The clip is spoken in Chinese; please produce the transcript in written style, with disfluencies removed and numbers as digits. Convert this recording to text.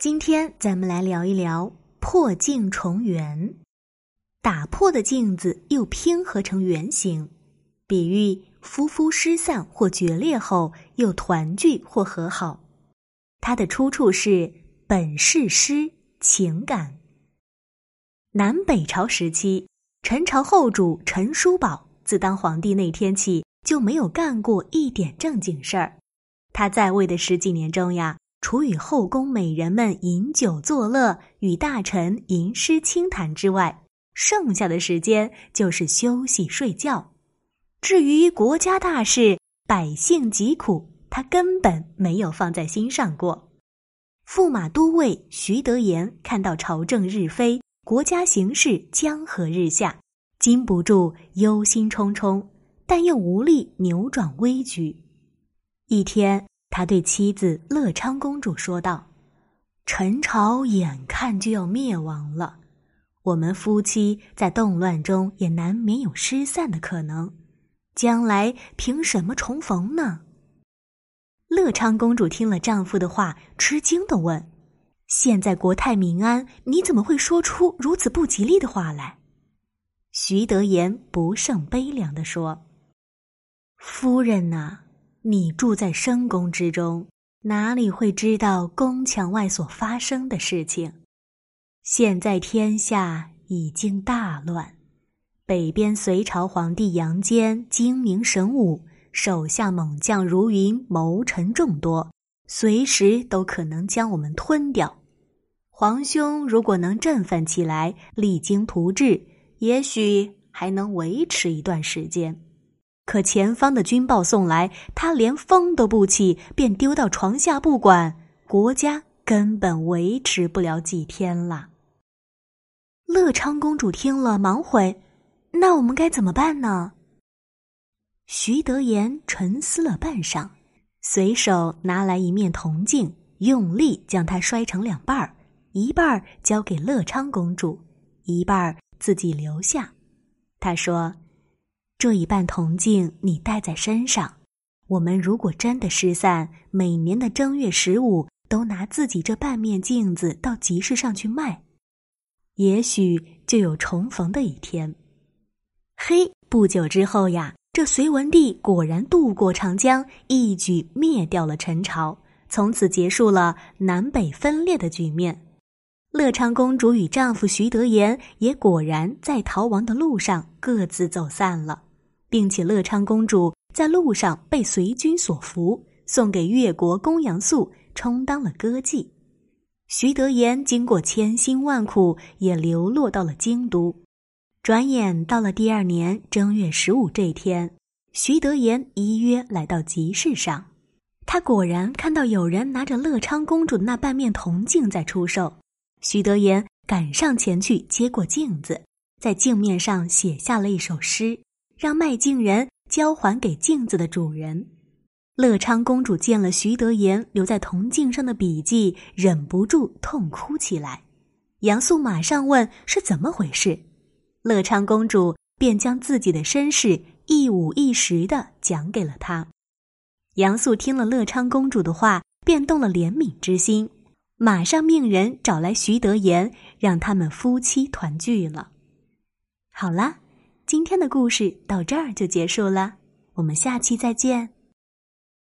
今天咱们来聊一聊破镜重圆。打破的镜子又拼合成圆形，比喻夫妇失散或决裂后又团聚或和好。它的出处是本事诗情感。南北朝时期，陈朝后主陈叔宝自当皇帝那天起就没有干过一点正经事儿。他在位的10几年中呀，除与后宫美人们饮酒作乐，与大臣吟诗清谈之外，剩下的时间就是休息睡觉。至于国家大事，百姓疾苦，他根本没有放在心上过。驸马都尉徐德言看到朝政日非，国家形势江河日下，禁不住忧心忡忡，但又无力扭转危局。一天，他对妻子乐昌公主说道：陈朝眼看就要灭亡了，我们夫妻在动乱中也难免有失散的可能，将来凭什么重逢呢？乐昌公主听了丈夫的话，吃惊地问：现在国泰民安，你怎么会说出如此不吉利的话来？徐德言不胜悲凉地说：夫人呐，你住在深宫之中，哪里会知道宫墙外所发生的事情？现在天下已经大乱，北边隋朝皇帝杨坚精明神武，手下猛将如云，谋臣众多，随时都可能将我们吞掉。皇兄如果能振奋起来，励精图治，也许还能维持一段时间。可前方的军报送来，他连风都不起，便丢到床下不管，国家根本维持不了几天了。乐昌公主听了忙回：那我们该怎么办呢？徐德言沉思了半晌，随手拿来一面铜镜，用力将它摔成2半，一半交给乐昌公主，一半自己留下。他说：这一半铜镜你带在身上，我们如果真的失散，每年的正月15都拿自己这半面镜子到集市上去卖，也许就有重逢的一天。嘿，不久之后呀，这隋文帝果然渡过长江，一举灭掉了陈朝，从此结束了南北分裂的局面。乐昌公主与丈夫徐德言也果然在逃亡的路上各自走散了，并且乐昌公主在路上被隋军所俘，送给越国公杨素充当了歌妓。徐德言经过千辛万苦，也流落到了京都。转眼到了第2年正月15这天，徐德言依约来到集市上，他果然看到有人拿着乐昌公主的那半面铜镜在出售。徐德言赶上前去接过镜子，在镜面上写下了一首诗，让卖镜人交还给镜子的主人。乐昌公主见了徐德言留在铜镜上的笔记，忍不住痛哭起来。杨素马上问是怎么回事，乐昌公主便将自己的身世一五一十地讲给了他。杨素听了乐昌公主的话，便动了怜悯之心，马上命人找来徐德言，让他们夫妻团聚了。好啦，今天的故事到这儿就结束了，我们下期再见。